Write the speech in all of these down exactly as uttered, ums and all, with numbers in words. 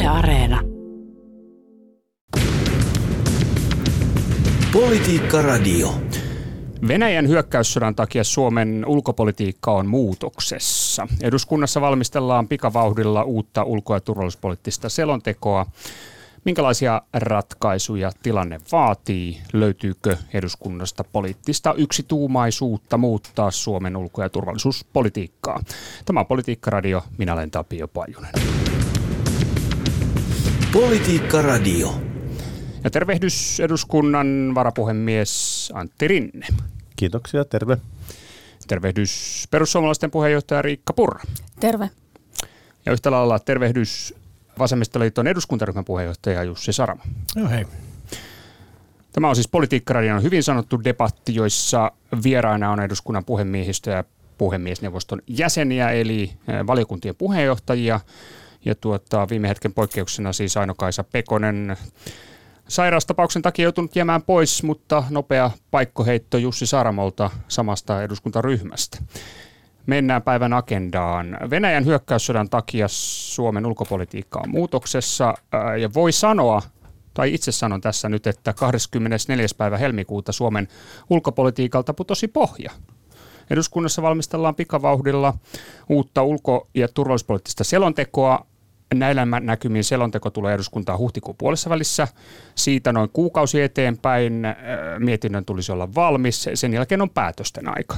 Yle Areena. Politiikka Radio. Venäjän hyökkäyssodan takia Suomen ulkopolitiikka on muutoksessa. Eduskunnassa valmistellaan pikavauhdilla uutta ulko- ja turvallisuuspoliittista selontekoa. Minkälaisia ratkaisuja tilanne vaatii? Löytyykö eduskunnasta poliittista yksituumaisuutta muuttaa Suomen ulko- ja turvallisuuspolitiikkaa? Tämä on Politiikka Radio. Minä olen Tapio Pajunen. Politiikka Radio. Ja tervehdys eduskunnan varapuhemies Antti Rinne. Kiitoksia, terve. Tervehdys perussuomalaisten puheenjohtaja Riikka Purra. Terve. Ja yhtä lailla tervehdys Vasemmistoliiton eduskuntaryhmän puheenjohtaja Jussi Saramo. Joo, hei. Tämä on siis Politiikka Radion hyvin sanottu debatti, joissa vieraina on eduskunnan puhemiehistö ja puhemiesneuvoston jäseniä, eli valiokuntien puheenjohtajia. Ja tuota, viime hetken poikkeuksena siis Aino-Kaisa Pekonen sairaustapauksen takia joutunut jäämään pois, mutta nopea paikkoheitto Jussi Saramolta samasta eduskuntaryhmästä. Mennään päivän agendaan. Venäjän hyökkäyssodan takia Suomen ulkopolitiikka on muutoksessa ja voi sanoa, tai itse sanon tässä nyt, että kahdeskymmenesneljäs päivä helmikuuta Suomen ulkopolitiikalta putosi pohja. Eduskunnassa valmistellaan pikavauhdilla uutta ulko- ja turvallisuuspoliittista selontekoa. Näillä näkymin selonteko tulee eduskuntaan huhtikuun puolessa välissä. Siitä noin kuukausi eteenpäin mietinnön tulisi olla valmis. Sen jälkeen on päätösten aika.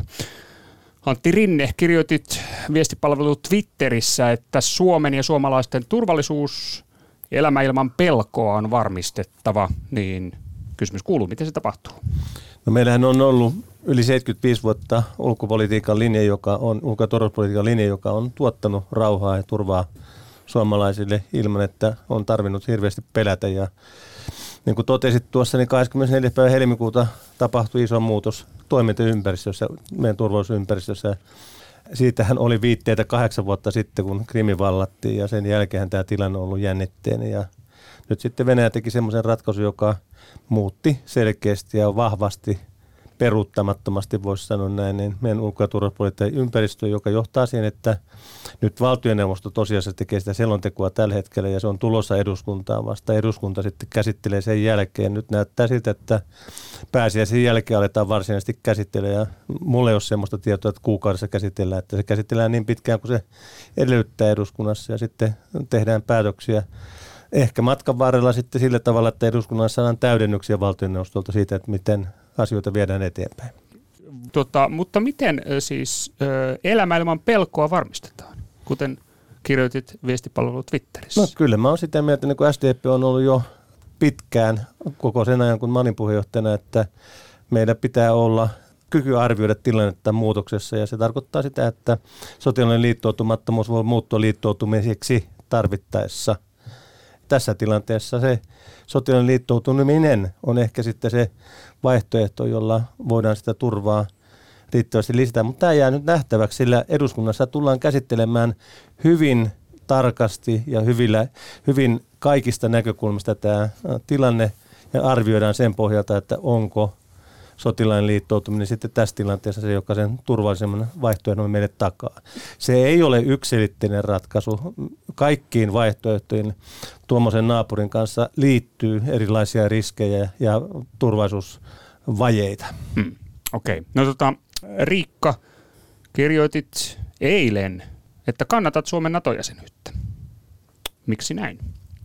Antti Rinne, kirjoitit viestipalvelu Twitterissä, että Suomen ja suomalaisten turvallisuus elämä ilman pelkoa on varmistettava. Niin kysymys kuuluu, miten se tapahtuu? No meillähän on ollut yli seitsemänkymmentäviisi vuotta ulkopolitiikan linja, joka on, ulko- ja turvallisuuspolitiikan linja, joka on tuottanut rauhaa ja turvaa suomalaisille ilman, että on tarvinnut hirveästi pelätä. Ja niin kuin totesit tuossa, niin kahdeskymmenesneljäs päivä helmikuuta tapahtui iso muutos toimintaympäristössä, meidän turvallisuusympäristössä. Siitähän oli viitteitä kahdeksan vuotta sitten, kun Krimi vallattiin, ja sen jälkeen tämä tilanne on ollut jännitteinen. Ja nyt sitten Venäjä teki semmoisen ratkaisun, joka muutti selkeästi ja vahvasti, peruuttamattomasti voisi sanoa näin, niin meidän ulko- ja turvallisuuspoliittinen ympäristö, joka johtaa siihen, että nyt valtioneuvosto tosiasiassa tekee sitä selontekoa tällä hetkellä ja se on tulossa eduskuntaan vasta. Eduskunta sitten käsittelee sen jälkeen. Nyt näyttää siltä, että pääsiäisen jälkeen aletaan varsinaisesti käsitellä ja mulla ei ole sellaista tietoa, että kuukaudessa käsitellään, että se käsitellään niin pitkään kuin se edellyttää eduskunnassa ja sitten tehdään päätöksiä. Ehkä matkan varrella sitten sillä tavalla, että eduskunnassa saadaan täydennyksiä valtioneuvostolta siitä, että miten asioita viedään eteenpäin. Tota, mutta miten siis elämä ilman pelkoa varmistetaan, kuten kirjoitit viestipalvelu Twitterissä? No kyllä mä oon sitä mieltä, niin kuin S D P on ollut jo pitkään koko sen ajan, kun mä olin puheenjohtajana, että meidän pitää olla kyky arvioida tilannetta muutoksessa ja se tarkoittaa sitä, että sotilaallinen liittoutumattomuus voi muuttua liittoutumiseksi tarvittaessa. Tässä tilanteessa se sotilaallinen liittoutuminen on ehkä sitten se vaihtoehto, jolla voidaan sitä turvaa riittävästi lisätä. Mutta tämä jää nyt nähtäväksi, sillä eduskunnassa tullaan käsittelemään hyvin tarkasti ja hyvillä, hyvin kaikista näkökulmista tämä tilanne ja arvioidaan sen pohjalta, että onko sotilainen liittoutuminen sitten tässä tilanteessa se, joka sen turvallisemman vaihtoehdon meille takaa. Se ei ole yksiselitteinen ratkaisu. Kaikkiin vaihtoehtoihin tuommoisen naapurin kanssa liittyy erilaisia riskejä ja turvallisuusvajeita. Hmm. Okei. Okay. No tota, Riikka, kirjoitit eilen, että kannatat Suomen NATO-jäsenyyttä. Miksi näin?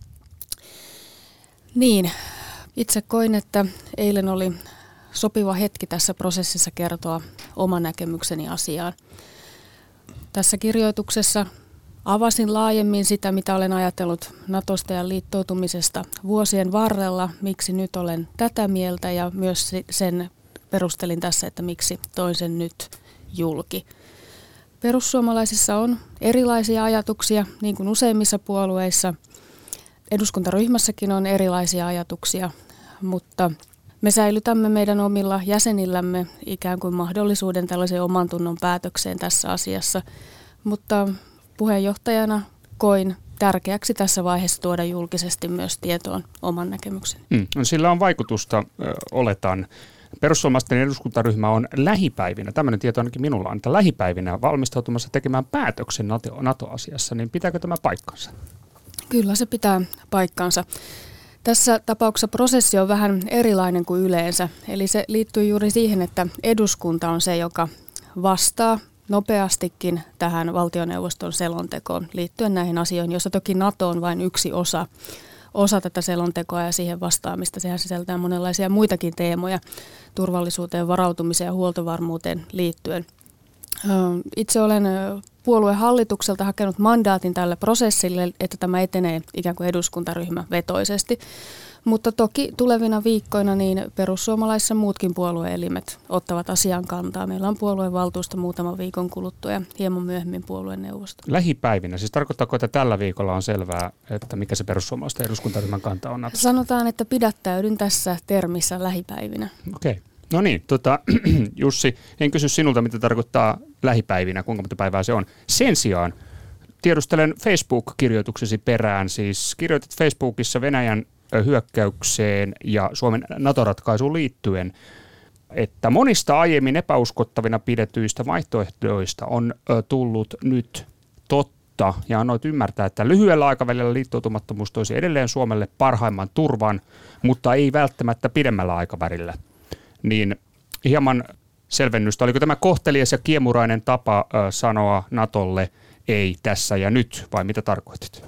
Niin, itse koin, että eilen oli sopiva hetki tässä prosessissa kertoa oma näkemykseni asiaan. Tässä kirjoituksessa avasin laajemmin sitä, mitä olen ajatellut Natosta ja liittoutumisesta vuosien varrella, miksi nyt olen tätä mieltä ja myös sen perustelin tässä, että miksi toin sen nyt julki. Perussuomalaisissa on erilaisia ajatuksia, niin kuin useimmissa puolueissa. Eduskuntaryhmässäkin on erilaisia ajatuksia, mutta me säilytämme meidän omilla jäsenillämme ikään kuin mahdollisuuden tällaiseen oman tunnon päätökseen tässä asiassa, mutta puheenjohtajana koin tärkeäksi tässä vaiheessa tuoda julkisesti myös tietoon oman näkemykseni. Mm, sillä on vaikutusta, ö, oletan. Perussuomalaisten eduskuntaryhmä on lähipäivinä, tämmöinen tieto ainakin minulla on, että lähipäivinä valmistautumassa tekemään päätöksen NATO- NATO-asiassa, niin pitääkö tämä paikkansa? Kyllä se pitää paikkansa. Tässä tapauksessa prosessi on vähän erilainen kuin yleensä. Eli se liittyy juuri siihen, että eduskunta on se, joka vastaa nopeastikin tähän valtioneuvoston selontekoon liittyen näihin asioihin, jossa toki NATO on vain yksi osa, osa tätä selontekoa ja siihen vastaamista. Sehän sisältää monenlaisia muitakin teemoja turvallisuuteen, varautumiseen ja huoltovarmuuteen liittyen. Itse olen puolueen hallitukselta hakenut mandaatin tälle prosessille, että tämä etenee ikään kuin eduskuntaryhmä vetoisesti. Mutta toki tulevina viikkoina niin perussuomalaisissa muutkin puolueelimet ottavat asian kantaa. Meillä on puolueen valtuusto muutaman viikon kuluttua ja hieman myöhemmin puolueen neuvosto. Lähipäivinä, siis tarkoittaako, että tällä viikolla on selvää, että mikä se perussuomalaisten eduskuntaryhmän kanta on? Sanotaan, että pidättäydyn tässä termissä lähipäivinä. Okei. Okay. No niin, tota, Jussi, en kysy sinulta, mitä tarkoittaa lähipäivinä, kuinka monta päivää se on. Sen sijaan tiedustelen Facebook-kirjoituksesi perään, siis kirjoitit Facebookissa Venäjän hyökkäykseen ja Suomen NATO-ratkaisuun liittyen, että monista aiemmin epäuskottavina pidetyistä vaihtoehdoista on tullut nyt totta ja annoit ymmärtää, että lyhyellä aikavälillä liittoutumattomuus toisi edelleen Suomelle parhaimman turvan, mutta ei välttämättä pidemmällä aikavälillä. Niin hieman selvennystä. Oliko tämä kohtelias ja kiemurainen tapa ö, sanoa NATOlle ei tässä ja nyt, vai mitä tarkoitit?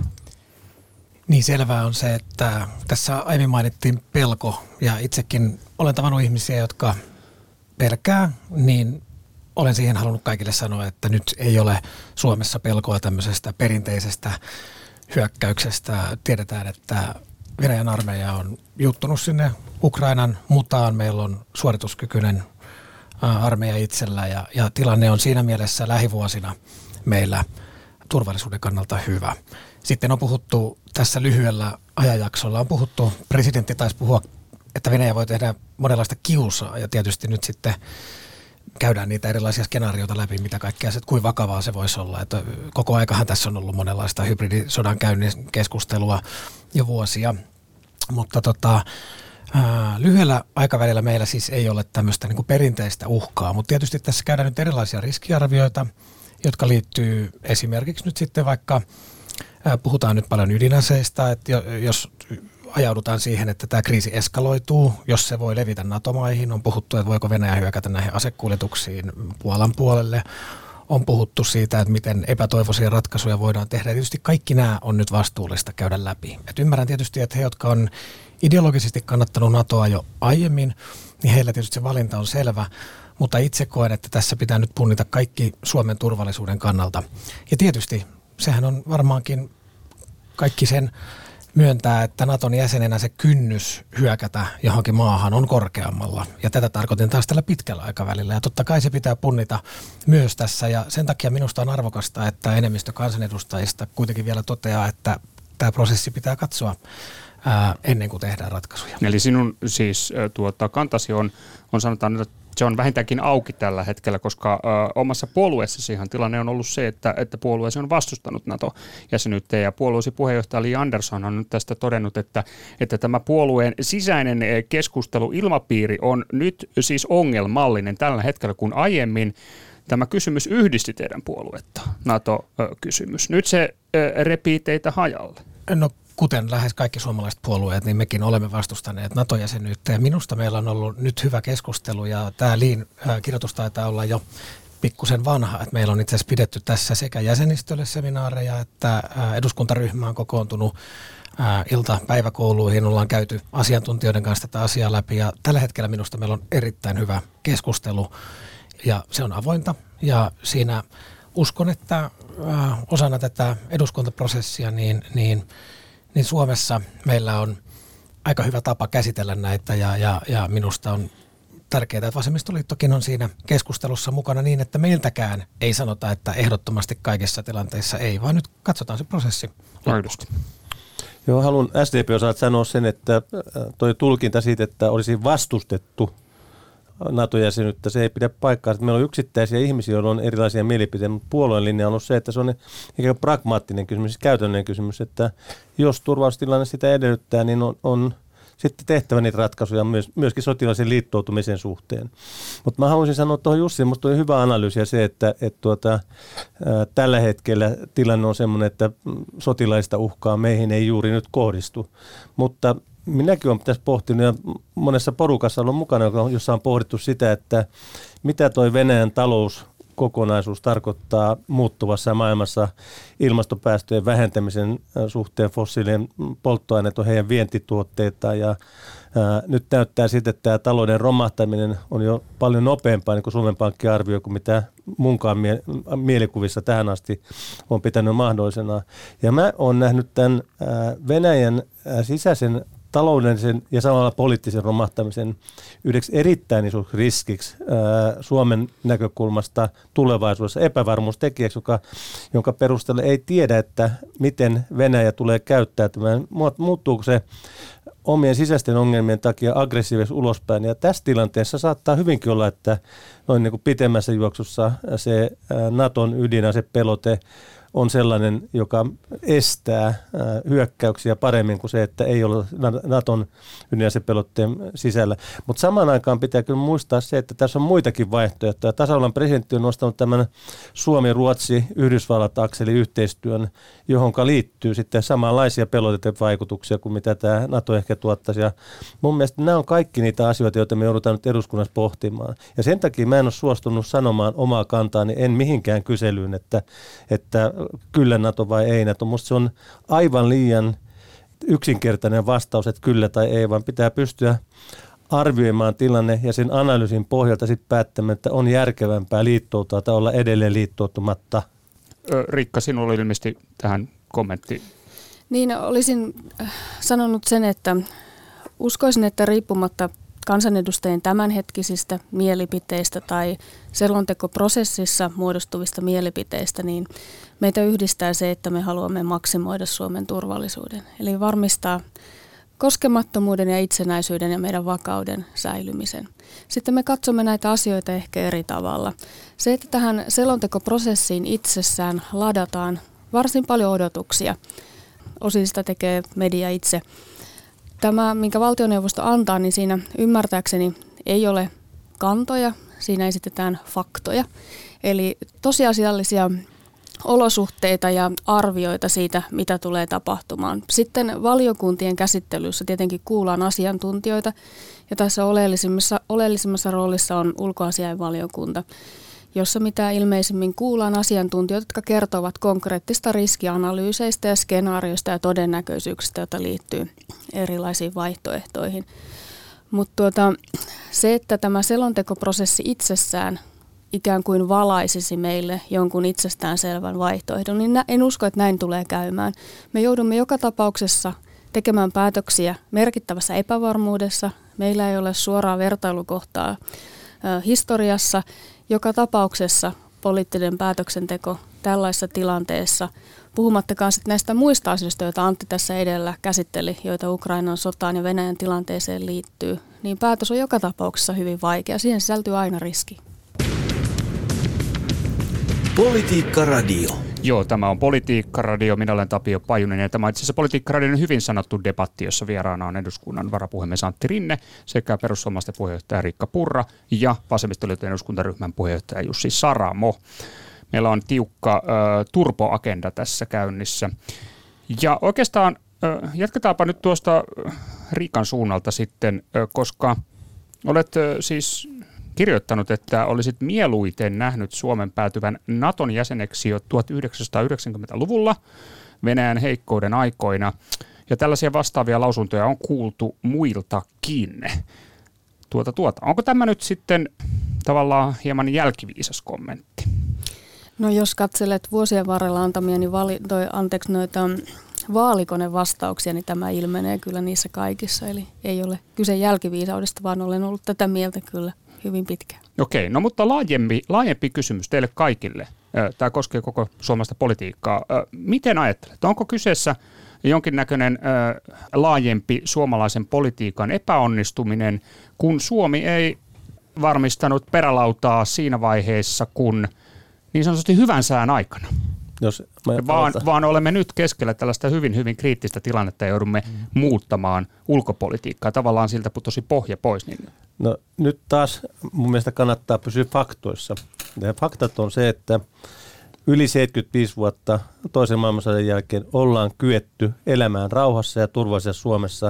Niin selvää on se, että tässä aiemmin mainittiin pelko, ja itsekin olen tavannut ihmisiä, jotka pelkää, niin olen siihen halunnut kaikille sanoa, että nyt ei ole Suomessa pelkoa tämmöisestä perinteisestä hyökkäyksestä. Tiedetään, että Venäjän armeija on juttunut sinne Ukrainan mutaan. Meillä on suorituskykyinen armeija itsellä ja, ja tilanne on siinä mielessä lähivuosina meillä turvallisuuden kannalta hyvä. Sitten on puhuttu tässä lyhyellä ajanjaksolla, on puhuttu, presidentti taisi puhua, että Venäjä voi tehdä monenlaista kiusaa ja tietysti nyt sitten käydään niitä erilaisia skenaarioita läpi, mitä kaikkea se, kuin vakavaa se voisi olla. Että koko aikahan tässä on ollut monenlaista hybridisodan käynnin keskustelua jo vuosia, mutta tota, ää, lyhyellä aikavälillä meillä siis ei ole tämmöistä niin kuin perinteistä uhkaa, mutta tietysti tässä käydään nyt erilaisia riskiarvioita, jotka liittyy esimerkiksi nyt sitten vaikka, ää, puhutaan nyt paljon ydinaseista, että jos ajaudutaan siihen, että tämä kriisi eskaloituu, jos se voi levitä NATO-maihin. On puhuttu, että voiko Venäjä hyökätä näihin asekuljetuksiin Puolan puolelle. On puhuttu siitä, että miten epätoivoisia ratkaisuja voidaan tehdä. Ja tietysti kaikki nämä on nyt vastuullista käydä läpi. Et ymmärrän tietysti, että he, jotka on ideologisesti kannattanut NATOa jo aiemmin, niin heillä tietysti se valinta on selvä. Mutta itse koen, että tässä pitää nyt punnita kaikki Suomen turvallisuuden kannalta. Ja tietysti sehän on varmaankin kaikki sen myöntää, että Naton jäsenenä se kynnys hyökätä johonkin maahan on korkeammalla. Ja tätä tarkoitin taas tällä pitkällä aikavälillä. Ja totta kai se pitää punnita myös tässä. Ja sen takia minusta on arvokasta, että enemmistö kansanedustajista kuitenkin vielä toteaa, että tämä prosessi pitää katsoa ää, ennen kuin tehdään ratkaisuja. Eli sinun siis tuota, kantasi on, on sanotaan, että se on vähintäänkin auki tällä hetkellä, koska ö, omassa puolueessasihan tilanne on ollut se, että, että puolueesi on vastustanut NATO-jäsenyyttä ja puolueesi puheenjohtaja Li Andersson on nyt tästä todennut, että, että tämä puolueen sisäinen keskusteluilmapiiri on nyt siis ongelmallinen tällä hetkellä, kun aiemmin tämä kysymys yhdisti teidän puoluetta, NATO-kysymys. Nyt se ö, repii teitä hajalle. No kuten lähes kaikki suomalaiset puolueet, niin mekin olemme vastustaneet NATO-jäsenyyttä ja minusta meillä on ollut nyt hyvä keskustelu ja tämä Liin kirjoitus taitaa olla jo pikkusen vanha, että meillä on itse asiassa pidetty tässä sekä jäsenistölle seminaareja että eduskuntaryhmä on kokoontunut iltapäiväkouluihin, ollaan käyty asiantuntijoiden kanssa tätä asiaa läpi ja tällä hetkellä minusta meillä on erittäin hyvä keskustelu ja se on avointa ja siinä uskon, että osana tätä eduskuntaprosessia niin, niin niin Suomessa meillä on aika hyvä tapa käsitellä näitä ja, ja, ja minusta on tärkeää, että vasemmistoliittokin on siinä keskustelussa mukana niin, että meiltäkään ei sanota, että ehdottomasti kaikissa tilanteissa ei, vaan nyt katsotaan se prosessi. Aidosti. Joo, haluan S D P-osalta sanoa sen, että toi tulkinta siitä, että olisi vastustettu NATO-jäsenyyttä, se ei pidä paikkaa. Meillä on yksittäisiä ihmisiä, joilla on erilaisia mielipiteitä, mutta puolueen linja on ollut se, että se on ikään kuin pragmaattinen kysymys, siis käytännöllinen kysymys, että jos turvallisuustilanne sitä edellyttää, niin on, on sitten tehtävä niitä ratkaisuja myös, myöskin sotilaisen liittoutumisen suhteen. Mutta mä haluaisin sanoa tuohon Jussiin, musta oli hyvä analyysi se, että et tuota, ää, tällä hetkellä tilanne on semmoinen, että sotilaista uhkaa meihin ei juuri nyt kohdistu, mutta minäkin olen tässä pohtinut ja monessa porukassa ollut mukana, jossa on pohdittu sitä, että mitä toi Venäjän talouskokonaisuus tarkoittaa muuttuvassa maailmassa ilmastopäästöjen vähentämisen suhteen. Fossiilien polttoaineet on heidän vientituotteita ja ää, nyt näyttää siltä, että tämä talouden romahtaminen on jo paljon nopeampaa, niin kuin Suomen Pankki arvioi, kuin mitä munkaan mie- mielikuvissa tähän asti on pitänyt mahdollisena. Ja mä oon nähnyt tämän ää, Venäjän ää, sisäisen taloudellisen ja samalla poliittisen romahtamisen yhdeksi erittäin isoksi riskiksi ää, Suomen näkökulmasta tulevaisuudessa epävarmuustekijäksi, joka, jonka perusteella ei tiedä, että miten Venäjä tulee käyttäytymään. Muuttuuko se omien sisäisten ongelmien takia aggressiivisesti ulospäin. Ja tässä tilanteessa saattaa hyvinkin olla, että noin niin kuin pitemmässä juoksussa se ää, Naton ydinasepelote on sellainen, joka estää hyökkäyksiä paremmin kuin se, että ei ole Naton ydinasepelotteen sisällä. Mutta samaan aikaan pitää kyllä muistaa se, että tässä on muitakin vaihtoehtoja. Tasavallan presidentti on nostanut tämän Suomi-Ruotsi-Yhdysvallat-akseli yhteistyön, johon liittyy sitten samanlaisia pelotevaikutuksia kuin mitä tämä Nato ehkä tuottaisi. Ja mun mielestä nämä on kaikki niitä asioita, joita me joudutaan nyt eduskunnassa pohtimaan. Ja sen takia mä en ole suostunut sanomaan omaa kantaani, en mihinkään kyselyyn, että, että kyllä Nato vai ei Nato. Musta se on aivan liian yksinkertainen vastaus, että kyllä tai ei, vaan pitää pystyä arvioimaan tilanne ja sen analyysin pohjalta sitten päättämään, että on järkevämpää liittoutua tai olla edelleen liittoutumatta. Riikka, sinulla oli ilmeisesti tähän kommentti. Niin, olisin sanonut sen, että uskoisin, että riippumatta kansanedustajien tämänhetkisistä mielipiteistä tai selontekoprosessissa muodostuvista mielipiteistä, niin meitä yhdistää se, että me haluamme maksimoida Suomen turvallisuuden. Eli varmistaa koskemattomuuden ja itsenäisyyden ja meidän vakauden säilymisen. Sitten me katsomme näitä asioita ehkä eri tavalla. Se, että tähän selontekoprosessiin itsessään ladataan varsin paljon odotuksia. Osin sitä tekee media itse. Tämä, minkä valtioneuvosto antaa, niin siinä ymmärtääkseni ei ole kantoja, siinä esitetään faktoja. Eli tosiasiallisia olosuhteita ja arvioita siitä, mitä tulee tapahtumaan. Sitten valiokuntien käsittelyssä tietenkin kuullaan asiantuntijoita, ja tässä oleellisimmassa, oleellisimmassa roolissa on ulkoasiainvaliokunta, jossa mitä ilmeisimmin kuullaan asiantuntijoita, jotka kertovat konkreettista riskianalyyseistä ja skenaarioista ja todennäköisyyksistä, joita liittyy erilaisiin vaihtoehtoihin. Mutta tuota, se, että tämä selontekoprosessi itsessään ikään kuin valaisisi meille jonkun itsestäänselvän vaihtoehdon, niin en usko, että näin tulee käymään. Me joudumme joka tapauksessa tekemään päätöksiä merkittävässä epävarmuudessa. Meillä ei ole suoraa vertailukohtaa ö, historiassa. Joka tapauksessa poliittinen päätöksenteko tällaisessa tilanteessa, puhumattakaan sitten näistä muista asioista, joita Antti tässä edellä käsitteli, joita Ukrainan sotaan ja Venäjän tilanteeseen liittyy, niin päätös on joka tapauksessa hyvin vaikea. Siihen sisältyy aina riski. Politiikka Radio. Joo, tämä on Politiikka Radio. Minä olen Tapio Pajunen ja tämä on itse asiassa Politiikka Radion hyvin sanottu debatti, jossa vieraana on eduskunnan varapuhemies Antti Rinne sekä perussuomalaisten puheenjohtaja Riikka Purra ja vasemmistoliiton eduskuntaryhmän puheenjohtaja Jussi Saramo. Meillä on tiukka ö, turboagenda tässä käynnissä. Ja oikeastaan ö, jatketaanpa nyt tuosta Riikan suunnalta sitten, ö, koska olet ö, siis kirjoittanut, että olisit mieluiten nähnyt Suomen päätyvän Naton jäseneksi jo tuhatyhdeksänsataayhdeksänkymmentäluvulla Venäjän heikkouden aikoina. Ja tällaisia vastaavia lausuntoja on kuultu muiltakin. Tuota, tuota. Onko tämä nyt sitten tavallaan hieman jälkiviisas kommentti? No jos katselet vuosien varrella antamieni vali, toi, anteeksi, noita vaalikonevastauksia, niin tämä ilmenee kyllä niissä kaikissa. Eli ei ole kyse jälkiviisaudesta, vaan olen ollut tätä mieltä kyllä hyvin pitkään. Okei, no mutta laajempi, laajempi kysymys teille kaikille. Tämä koskee koko suomalaista politiikkaa. Miten ajattelet? Onko kyseessä jonkinnäköinen laajempi suomalaisen politiikan epäonnistuminen, kun Suomi ei varmistanut perälautaa siinä vaiheessa, kun niin sanotusti hyvän sään aikana? Jos vaan, vaan olemme nyt keskellä tällaista hyvin, hyvin kriittistä tilannetta ja joudumme mm. muuttamaan ulkopolitiikkaa. Tavallaan siltä putosi pohja pois. Niin. No nyt taas mun mielestä kannattaa pysyä faktoissa. Ja faktat on se, että yli seitsemänkymmentäviisi vuotta toisen maailmansodan jälkeen ollaan kyetty elämään rauhassa ja turvallisessa Suomessa.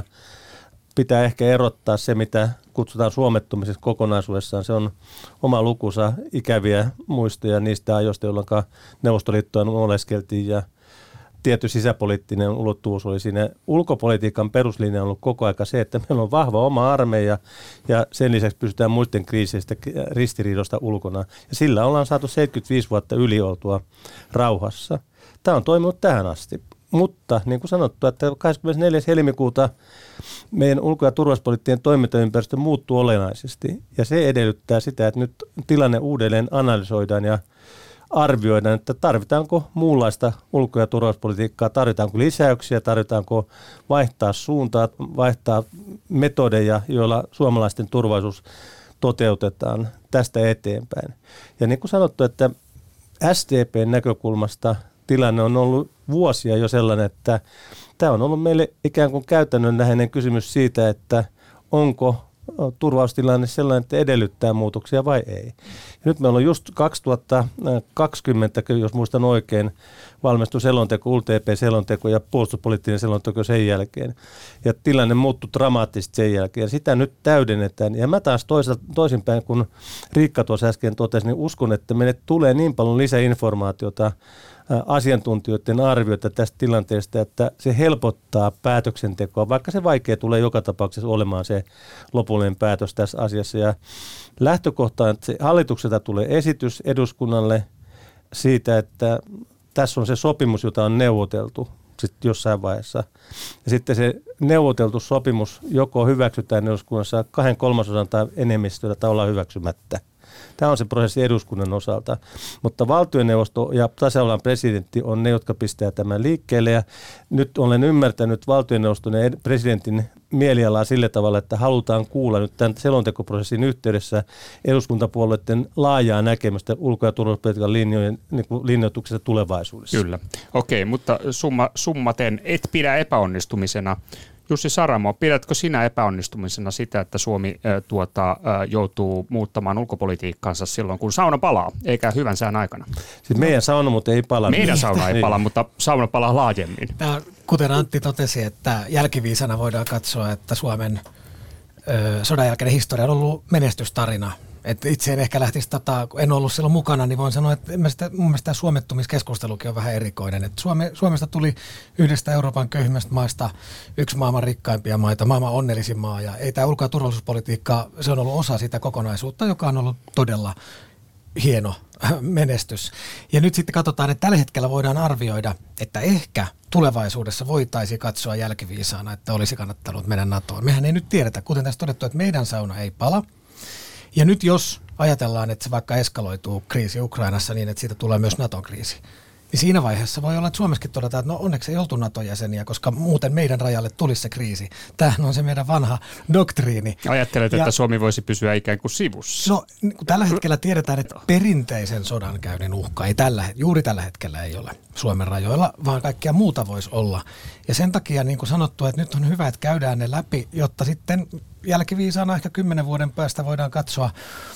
Pitää ehkä erottaa se, mitä kutsutaan suomettumiseksi kokonaisuudessaan. Se on oma lukunsa ikäviä muistoja niistä ajoista, jolloin Neuvostoliittoa oleskeltiin ja tietty sisäpoliittinen ulottuvuus oli siinä. Ulkopolitiikan peruslinja on ollut koko aika se, että meillä on vahva oma armeija ja sen lisäksi pystytään muiden kriiseistä ristiriidosta ulkona. Ja sillä ollaan saatu seitsemänkymmentäviisi vuotta yli oltua rauhassa. Tämä on toiminut tähän asti. Mutta niin kuin sanottu, että kahdeskymmenesneljäs helmikuuta meidän ulko- ja turvallisuuspoliittinen toimintaympäristö muuttuu olennaisesti. Ja se edellyttää sitä, että nyt tilanne uudelleen analysoidaan ja arvioidaan, että tarvitaanko muunlaista ulko- ja turvallisuuspolitiikkaa, tarvitaanko lisäyksiä, tarvitaanko vaihtaa suuntaa, vaihtaa metodeja, joilla suomalaisten turvallisuus toteutetaan tästä eteenpäin. Ja niin kuin sanottu, että S D P:n näkökulmasta tilanne on ollut vuosia jo sellainen, että tämä on ollut meille ikään kuin käytännönläheinen kysymys siitä, että onko turvallisuustilanne sellainen, että edellyttää muutoksia vai ei. Ja nyt meillä on just kaksituhattakaksikymmentä, jos muistan oikein, valmistui selonteko, U L T P-selonteko ja puolustuspoliittinen selonteko sen jälkeen. Ja tilanne muuttui dramaattisesti sen jälkeen. Sitä nyt täydennetään. Ja mä taas toisinpäin, kun Riikka tuossa äsken totesi, niin uskon, että meille tulee niin paljon lisäinformaatiota, asiantuntijoiden arvioita tästä tilanteesta, että se helpottaa päätöksentekoa, vaikka se vaikea tulee joka tapauksessa olemaan se lopullinen päätös tässä asiassa. Ja lähtökohta on, että hallitukselta tulee esitys eduskunnalle siitä, että tässä on se sopimus, jota on neuvoteltu sitten jossain vaiheessa. Ja sitten se neuvoteltu sopimus joko hyväksytään eduskunnassa kahden kolmasosan tai enemmistöllä tai ollaan hyväksymättä. Tämä on se prosessi eduskunnan osalta, mutta valtioneuvosto ja tasavallan presidentti on ne, jotka pistää tämän liikkeelle. Ja nyt olen ymmärtänyt valtioneuvoston ja presidentin mielialaa sillä tavalla, että halutaan kuulla nyt tämän selontekoprosessin yhteydessä eduskuntapuolueiden laajaa näkemystä ulko- ja turvallisuuspolitiikan linjojen niin kuin linjoituksesta tulevaisuudessa. Kyllä. Okei, mutta summa, summaten et pidä epäonnistumisena. Jussi Saramo, pidätkö sinä epäonnistumisena sitä, että Suomi ä, tuota, ä, joutuu muuttamaan ulkopolitiikkaansa silloin, kun sauna palaa, eikä hyvän sään aikana? Siis meidän sauna mutta ei palaa. Meidän sauna ei palaa, mutta sauna palaa laajemmin. Tämä, kuten Antti totesi, että jälkiviisana voidaan katsoa, että Suomen ö, sodan jälkeinen historia on ollut menestystarina. Et itse en ehkä lähtisi, tota, kun en ollut silloin mukana, niin voin sanoa, että sitä, mun mielestä tämä suomettumiskeskustelukin on vähän erikoinen. Et Suome, Suomesta tuli yhdestä Euroopan köyhimmästä maista yksi maailman rikkaimpia maita, maailman onnellisin maa. Ja ei tämä ulko- ja turvallisuuspolitiikka, se on ollut osa sitä kokonaisuutta, joka on ollut todella hieno menestys. Ja nyt sitten katsotaan, että tällä hetkellä voidaan arvioida, että ehkä tulevaisuudessa voitaisiin katsoa jälkiviisaana, että olisi kannattanut mennä NATOon. Mehän ei nyt tiedetä, kuten tässä todettu, että meidän sauna ei pala. Ja nyt jos ajatellaan, että se vaikka eskaloituu kriisi Ukrainassa niin, että siitä tulee myös NATO-kriisi, niin siinä vaiheessa voi olla, että Suomessakin todetaan, että no onneksi ei oltu NATO-jäseniä, koska muuten meidän rajalle tulisi se kriisi. Tämähän on se meidän vanha doktriini. Ajattelet, ja, että Suomi voisi pysyä ikään kuin sivussa. No, kun tällä hetkellä tiedetään, että perinteisen sodankäynnin uhka ei tällä, juuri tällä hetkellä ei ole Suomen rajoilla, vaan kaikkea muuta voisi olla. Ja sen takia, niin kuin sanottu, että nyt on hyvä, että käydään ne läpi, jotta sitten jälkiviisaana ehkä kymmenen vuoden päästä voidaan katsoa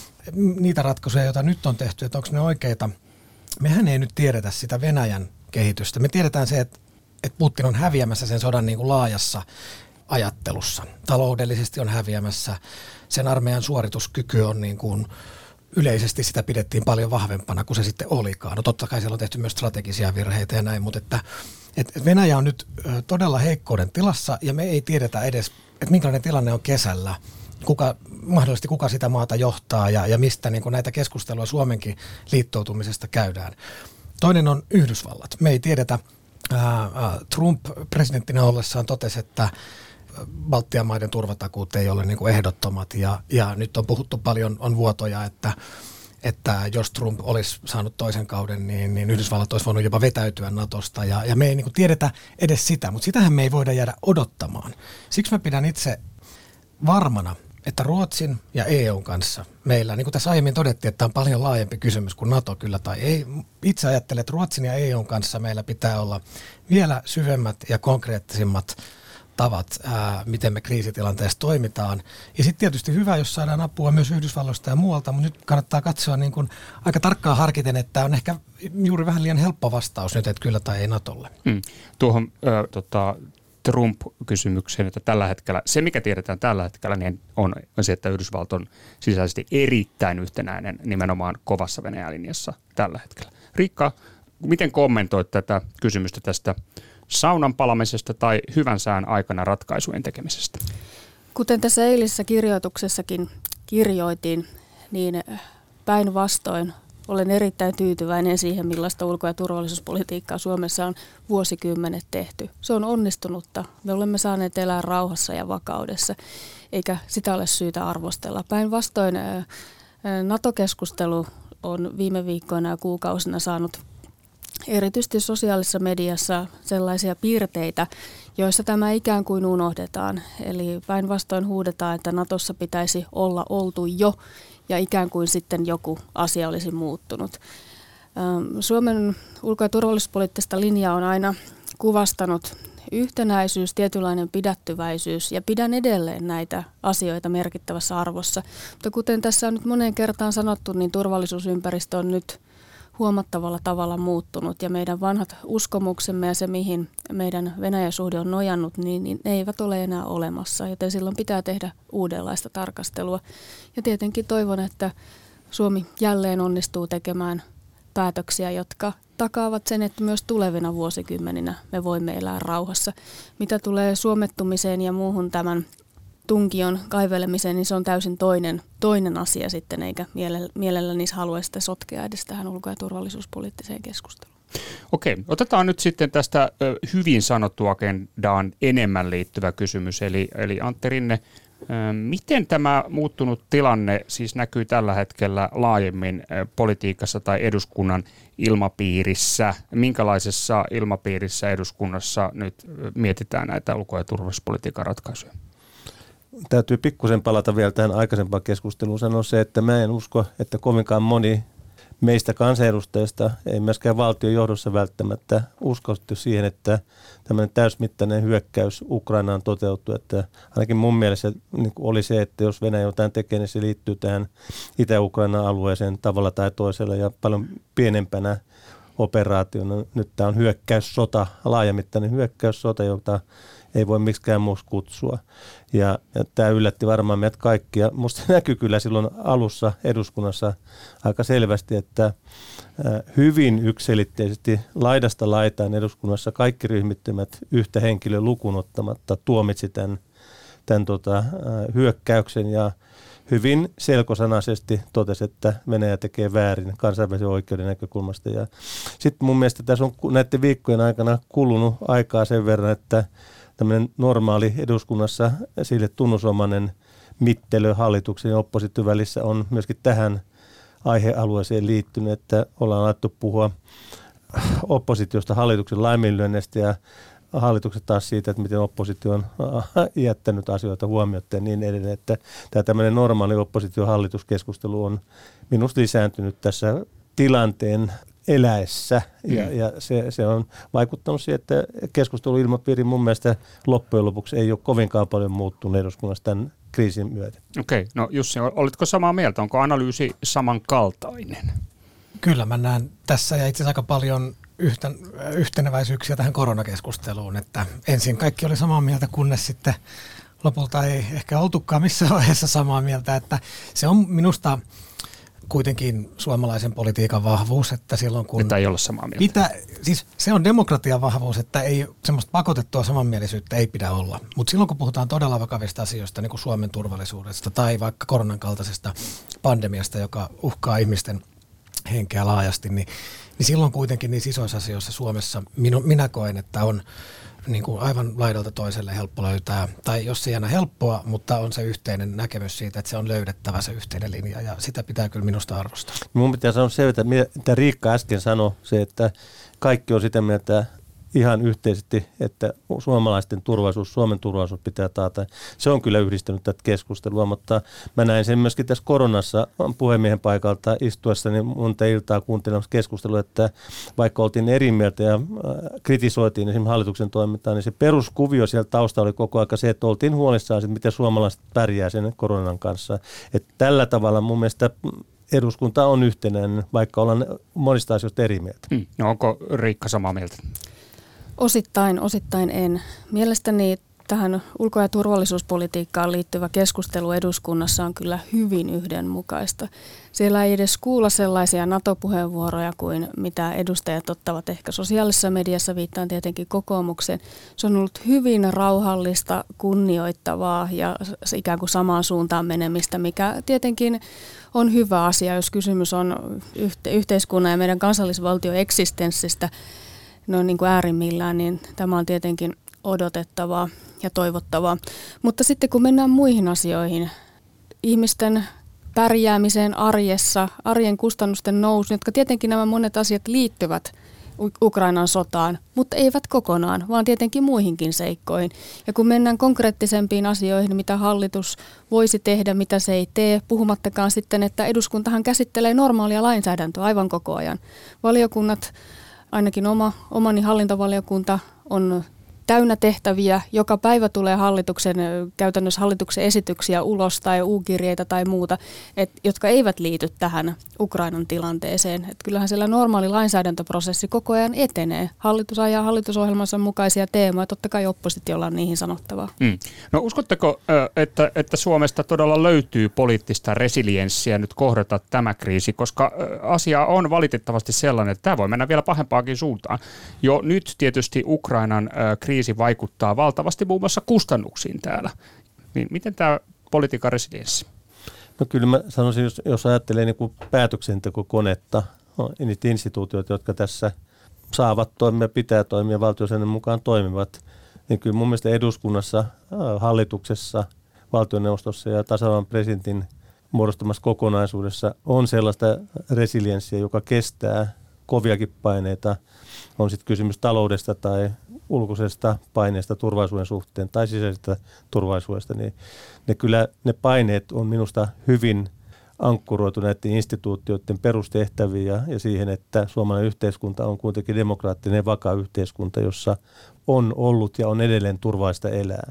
niitä ratkaisuja, joita nyt on tehty, että onko ne oikeita. Mehän ei nyt tiedetä sitä Venäjän kehitystä. Me tiedetään se, että, että Putin on häviämässä sen sodan niin kuin laajassa ajattelussa. Taloudellisesti on häviämässä. Sen armeijan suorituskyky on niin kuin, yleisesti sitä pidettiin paljon vahvempana kuin se sitten olikaan. No totta kai siellä on tehty myös strategisia virheitä ja näin, mutta että, että Venäjä on nyt todella heikkouden tilassa ja me ei tiedetä edes, että minkälainen tilanne on kesällä. Kuka, mahdollisesti kuka sitä maata johtaa ja, ja mistä niin kuin näitä keskusteluja Suomenkin liittoutumisesta käydään. Toinen on Yhdysvallat. Me ei tiedetä, ää, Trump presidenttinä ollessaan totesi, että Baltian maiden turvatakuut ei ole niin kuin ehdottomat ja, ja nyt on puhuttu paljon, on vuotoja, että, että jos Trump olisi saanut toisen kauden, niin, niin Yhdysvallat olisi voinut jopa vetäytyä NATOsta ja, ja me ei niin kuin tiedetä edes sitä, mutta sitähän me ei voida jäädä odottamaan. Siksi mä pidän itse varmana, että Ruotsin ja E U:n kanssa meillä, niin kuin tässä aiemmin todettiin, että tämä on paljon laajempi kysymys kuin NATO kyllä tai ei. Itse ajattelen, että Ruotsin ja E U:n kanssa meillä pitää olla vielä syvemmät ja konkreettisimmat tavat, ää, miten me kriisitilanteessa toimitaan. Ja sitten tietysti hyvä, jos saadaan apua myös Yhdysvalloista ja muualta, mutta nyt kannattaa katsoa niin kuin aika tarkkaan harkiten, että on ehkä juuri vähän liian helppo vastaus nyt, että kyllä tai ei NATOlle. Hmm. Tuohon äh, tota, Trump-kysymykseen, että tällä hetkellä, se mikä tiedetään tällä hetkellä, niin on se, että Yhdysvallat on sisäisesti erittäin yhtenäinen nimenomaan kovassa Venäjä-linjassa tällä hetkellä. Riikka, miten kommentoit tätä kysymystä tästä saunan palamisesta tai hyvän sään aikana ratkaisujen tekemisestä? Kuten tässä eilisessä kirjoituksessakin kirjoitin, niin päinvastoin olen erittäin tyytyväinen siihen, millaista ulko- ja turvallisuuspolitiikkaa Suomessa on vuosikymmenet tehty. Se on onnistunutta. Me olemme saaneet elää rauhassa ja vakaudessa, eikä sitä ole syytä arvostella. Päinvastoin NATO-keskustelu on viime viikkoina ja kuukausina saanut erityisesti sosiaalisessa mediassa sellaisia piirteitä, joissa tämä ikään kuin unohdetaan. Eli päinvastoin huudetaan, että Natossa pitäisi olla oltu jo ja ikään kuin sitten joku asia olisi muuttunut. Suomen ulko- ja turvallisuuspoliittista linjaa on aina kuvastanut yhtenäisyys, tietynlainen pidättyväisyys ja pidän edelleen näitä asioita merkittävässä arvossa. Mutta kuten tässä on nyt moneen kertaan sanottu, niin turvallisuusympäristö on nyt huomattavalla tavalla muuttunut ja meidän vanhat uskomuksemme ja se, mihin meidän Venäjä-suhde on nojannut, niin, niin ne eivät ole enää olemassa, joten silloin pitää tehdä uudenlaista tarkastelua. Ja tietenkin toivon, että Suomi jälleen onnistuu tekemään päätöksiä, jotka takaavat sen, että myös tulevina vuosikymmeninä me voimme elää rauhassa. Mitä tulee suomettumiseen ja muuhun tämän tunkion kaivelemiseen, niin se on täysin toinen, toinen asia sitten, eikä mielelläni halua sitä sotkea edes tähän ulko- ja turvallisuuspoliittiseen keskusteluun. Okei, otetaan nyt sitten tästä hyvin sanottu agendaan enemmän liittyvä kysymys, eli, eli Antti Rinne, miten tämä muuttunut tilanne siis näkyy tällä hetkellä laajemmin politiikassa tai eduskunnan ilmapiirissä? Minkälaisessa ilmapiirissä eduskunnassa nyt mietitään näitä ulko- ja turvallisuuspolitiikan ratkaisuja? Täytyy pikkusen palata vielä tähän aikaisempaan keskusteluun. Sanoa se, että mä en usko, että kovinkaan moni meistä kansanedustajista, ei myöskään valtion johdossa välttämättä uskottu siihen, että tämmöinen täysmittainen hyökkäys Ukrainaan toteutuu. Että ainakin mun mielestä niin oli se, että jos Venäjä jotain tekee, niin se liittyy tähän Itä-Ukrainan alueeseen tavalla tai toisella ja paljon pienempänä operaationa. Nyt tämä on hyökkäyssota, laajamittainen hyökkäyssota, jota ei voi miksikään muuksi kutsua. Ja, ja tämä yllätti varmaan meidät kaikkia. Musta näkyy kyllä silloin alussa eduskunnassa aika selvästi, että hyvin yksiselitteisesti laidasta laitaan eduskunnassa kaikki ryhmittymät yhtä henkilöä lukuun ottamatta tuomitsi tämän, tämän tota, hyökkäyksen ja hyvin selkosanaisesti totesi, että Venäjä tekee väärin kansainvälisen oikeuden näkökulmasta. Ja sitten mun mielestä tässä on näiden viikkojen aikana kulunut aikaa sen verran, että tämmöinen normaali eduskunnassa sille tunnusomainen mittelö hallituksen ja opposition välissä on myöskin tähän aihealueeseen liittynyt, että ollaan alettu puhua oppositiosta hallituksen laiminlyönneistä ja hallitukset taas siitä, että miten oppositio on jättänyt asioita huomiota ja niin edelleen. Että tämä tämmöinen normaali oppositio-hallituskeskustelu on minusta lisääntynyt tässä tilanteen eläessä ja, mm. ja se, se on vaikuttanut siihen, että keskusteluilmapiiri mun mielestä loppujen lopuksi ei ole kovinkaan paljon muuttunut eduskunnassa tämän kriisin myötä. Okei, no Jussi, olitko samaa mieltä? Onko analyysi samankaltainen? Kyllä mä näen tässä ja itse asiassa aika paljon yhten, yhteneväisyyksiä tähän koronakeskusteluun, että ensin kaikki oli samaa mieltä, kunnes sitten lopulta ei ehkä oltukaan missään vaiheessa samaa mieltä, että se on minusta kuitenkin suomalaisen politiikan vahvuus, että silloin kun että ei olla samaa mieltä. Pitää, siis se on demokratian vahvuus, että ei semmoista pakotettua samanmielisyyttä ei pidä olla. Mutta silloin kun puhutaan todella vakavista asioista, niin kuin Suomen turvallisuudesta tai vaikka koronan kaltaisesta pandemiasta, joka uhkaa ihmisten henkeä laajasti, niin, niin silloin kuitenkin niissä isoissa asioissa Suomessa minu, minä koen, että on niin kuin aivan laidalta toiselle helppo löytää, tai jos se ei aina helppoa, mutta on se yhteinen näkemys siitä, että se on löydettävä se yhteinen linja, ja sitä pitää kyllä minusta arvostaa. Mun pitää sanoa se, että mitä Riikka äsken sanoi, se, että kaikki on sitä mieltä ihan yhteisesti, että suomalaisten turvallisuus, Suomen turvallisuus pitää taata. Se on kyllä yhdistänyt tätä keskustelua, mutta mä näin sen myöskin tässä koronassa puhemiehen paikalta istuessa, niin monta iltaa kuuntelemassa keskustelua, että vaikka oltiin eri mieltä ja kritisoitiin esimerkiksi hallituksen toimintaa, niin se peruskuvio siellä taustalla oli koko ajan se, että oltiin huolissaan siitä, miten suomalaiset pärjää sen koronan kanssa. Että tällä tavalla mun mielestä eduskunta on yhtenäinen, vaikka ollaan monista asioista eri mieltä. Hmm. No onko Riikka samaa mieltä? Osittain, osittain en. Mielestäni tähän ulko- ja turvallisuuspolitiikkaan liittyvä keskustelu eduskunnassa on kyllä hyvin yhdenmukaista. Siellä ei edes kuulla sellaisia NATO-puheenvuoroja kuin mitä edustajat ottavat ehkä sosiaalisessa mediassa, viittaan tietenkin kokoomukseen. Se on ollut hyvin rauhallista, kunnioittavaa ja ikään kuin samaan suuntaan menemistä, mikä tietenkin on hyvä asia, jos kysymys on yhte- yhteiskunnan ja meidän kansallisvaltion eksistenssistä noin niin kuin äärimmillään, niin tämä on tietenkin odotettavaa ja toivottavaa. Mutta sitten kun mennään muihin asioihin, ihmisten pärjäämiseen arjessa, arjen kustannusten nousu, jotka tietenkin nämä monet asiat liittyvät Ukrainan sotaan, mutta eivät kokonaan, vaan tietenkin muihinkin seikkoihin. Ja kun mennään konkreettisempiin asioihin, mitä hallitus voisi tehdä, mitä se ei tee, puhumattakaan sitten, että eduskuntahan käsittelee normaalia lainsäädäntöä aivan koko ajan. Valiokunnat, ainakin oma, omani hallintovaliokunta on täynnä tehtäviä. Joka päivä tulee hallituksen, käytännössä hallituksen esityksiä ulos tai U-kirjeitä tai muuta, et, jotka eivät liity tähän Ukrainan tilanteeseen. Et kyllähän siellä normaali lainsäädäntöprosessi koko ajan etenee. Hallitus ajaa hallitusohjelmansa mukaisia teemoja, totta kai oppositiolla on niihin sanottavaa. Mm. No uskotteko, että, että Suomesta todella löytyy poliittista resilienssiä nyt kohdata tämä kriisi, koska asia on valitettavasti sellainen, että tämä voi mennä vielä pahempaankin suuntaan. Jo nyt tietysti Ukrainan kriisi Kriisi vaikuttaa valtavasti muun muassa kustannuksiin täällä. Niin miten tämä politiikan resilienssi? No kyllä mä sanoisin, jos, jos ajattelee niin kuin päätöksentekokonetta, niitä instituutioita, jotka tässä saavat toimia, pitää toimia, valtiosäännön mukaan toimivat, niin kyllä mun mielestä eduskunnassa, hallituksessa, valtioneuvostossa ja tasavallan presidentin muodostamassa kokonaisuudessa on sellaista resilienssiä, joka kestää koviakin paineita. On sitten kysymys taloudesta tai ulkoisesta paineesta turvallisuuden suhteen tai sisäisestä turvallisuudesta, niin ne kyllä ne paineet on minusta hyvin ankkuroitu näiden instituutioiden perustehtäviin ja, ja siihen, että suomalainen yhteiskunta on kuitenkin demokraattinen ja vakaa yhteiskunta, jossa on ollut ja on edelleen turvallista elää.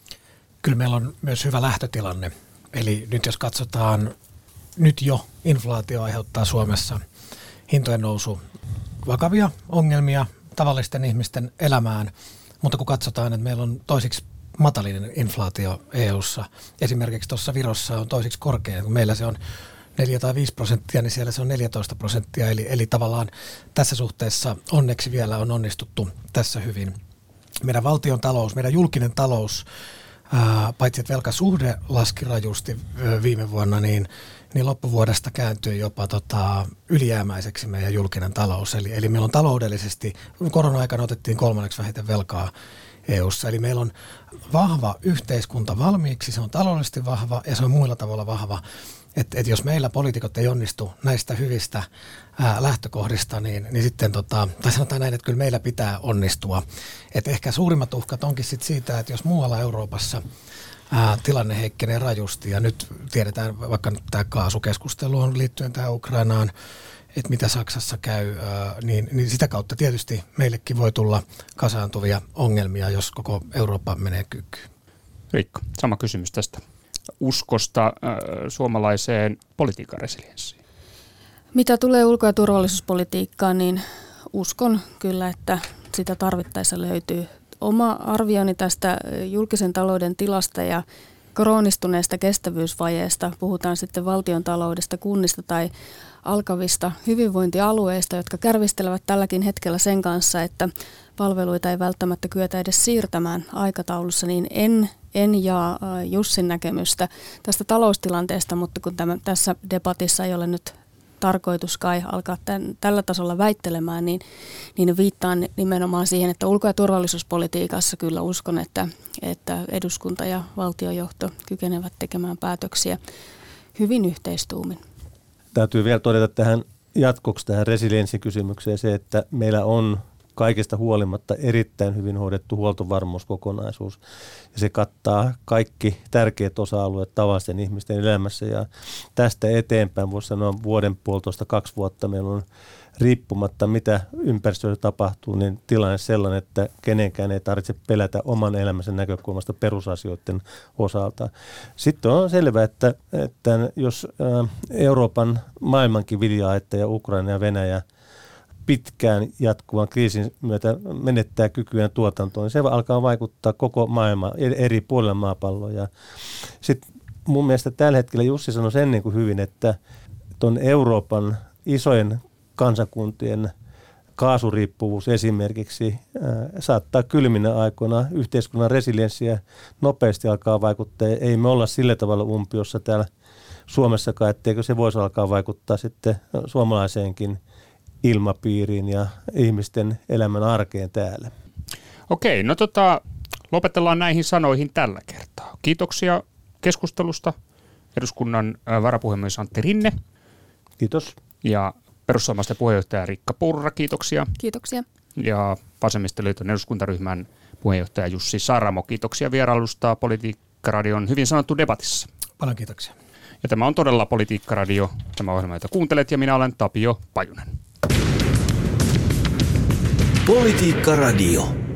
Kyllä meillä on myös hyvä lähtötilanne. Eli nyt jos katsotaan, nyt jo inflaatio aiheuttaa Suomessa hintojen nousu vakavia ongelmia tavallisten ihmisten elämään, mutta kun katsotaan, että meillä on toisiksi matalinen inflaatio E U:ssa, esimerkiksi tuossa Virossa on toisiksi korkea, kun meillä se on neljä tai viisi prosenttia, niin siellä se on neljätoista prosenttia, eli, eli tavallaan tässä suhteessa onneksi vielä on onnistuttu tässä hyvin. Meidän valtion talous, meidän julkinen talous, ää, paitsi että velkasuhde laski rajusti viime vuonna, niin niin loppuvuodesta kääntyi jopa tota, ylijäämäiseksi meidän julkinen talous. Eli, eli meillä on taloudellisesti, korona-aikana otettiin kolmanneksi vähiten velkaa E U:ssa, eli meillä on vahva yhteiskunta valmiiksi, se on taloudellisesti vahva ja se on muilla tavalla vahva. Että et jos meillä poliitikot ei onnistu näistä hyvistä ää, lähtökohdista, niin, niin sitten, tota, tai sanotaan näin, että kyllä meillä pitää onnistua. Että ehkä suurimmat uhkat onkin sit siitä, että jos muualla Euroopassa Ää, tilanne heikkenee rajusti ja nyt tiedetään, vaikka tämä kaasukeskustelu on liittyen tähän Ukrainaan, että mitä Saksassa käy, ää, niin, niin sitä kautta tietysti meillekin voi tulla kasaantuvia ongelmia, jos koko Eurooppa menee kyykkyyn. Riikka, sama kysymys tästä uskosta ää, suomalaiseen politiikan resilienssiin. Mitä tulee ulko- ja turvallisuuspolitiikkaan, niin uskon kyllä, että sitä tarvittaessa löytyy. Oma arvioni tästä julkisen talouden tilasta ja kroonistuneesta kestävyysvajeesta, puhutaan sitten valtion taloudesta, kunnista tai alkavista hyvinvointialueista, jotka kärvistelevät tälläkin hetkellä sen kanssa, että palveluita ei välttämättä kyetä edes siirtämään aikataulussa, niin en, en jaa Jussin näkemystä tästä taloustilanteesta, mutta kun tämä, tässä debatissa ei ole nyt tarkoitus kai alkaa tämän, tällä tasolla väittelemään, niin, niin viittaan nimenomaan siihen, että ulko- ja turvallisuuspolitiikassa kyllä uskon, että, että eduskunta ja valtiojohto kykenevät tekemään päätöksiä hyvin yhteistuumin. Täytyy vielä todeta tähän jatkoksi tähän resilienssikysymykseen se, että meillä on kaikesta huolimatta erittäin hyvin hoidettu huoltovarmuuskokonaisuus. Ja se kattaa kaikki tärkeät osa-alueet tavallisten ihmisten elämässä. Ja tästä eteenpäin voisi sanoa vuoden puolitoista, kaksi vuotta meillä on riippumatta mitä ympäristössä tapahtuu, niin tilanne sellainen, että kenenkään ei tarvitse pelätä oman elämänsä näkökulmasta perusasioiden osalta. Sitten on selvää, että, että jos Euroopan maailmankin vilja-aitta ja Ukraina ja Venäjä pitkään jatkuvan kriisin myötä menettää kykyään tuotantoon, niin se alkaa vaikuttaa koko maailman eri puolilla maapalloa. Ja sitten mun mielestä tällä hetkellä Jussi sanoi sen niin kuin hyvin, että tuon Euroopan isojen kansakuntien kaasuriippuvuus esimerkiksi ää, saattaa kylminä aikoina yhteiskunnan resilienssiä nopeasti alkaa vaikuttaa. Ei me olla sillä tavalla umpiossa täällä Suomessakaan, etteikö se voisi alkaa vaikuttaa sitten suomalaiseenkin ilmapiiriin ja ihmisten elämän arkeen täällä. Okei, no tota, lopetellaan näihin sanoihin tällä kertaa. Kiitoksia keskustelusta eduskunnan varapuhemies Antti Rinne. Kiitos. Ja perussuomalaisten puheenjohtaja Riikka Purra, kiitoksia. Kiitoksia. Ja Vasemmistoliiton eduskuntaryhmän puheenjohtaja Jussi Saramo, kiitoksia vierailusta Politiikkaradion hyvin sanottu debatissa. Paljon kiitoksia. Ja tämä on todella Politiikkaradio, tämä ohjelma, jota kuuntelet, ja minä olen Tapio Pajunen. Politiikkaradio.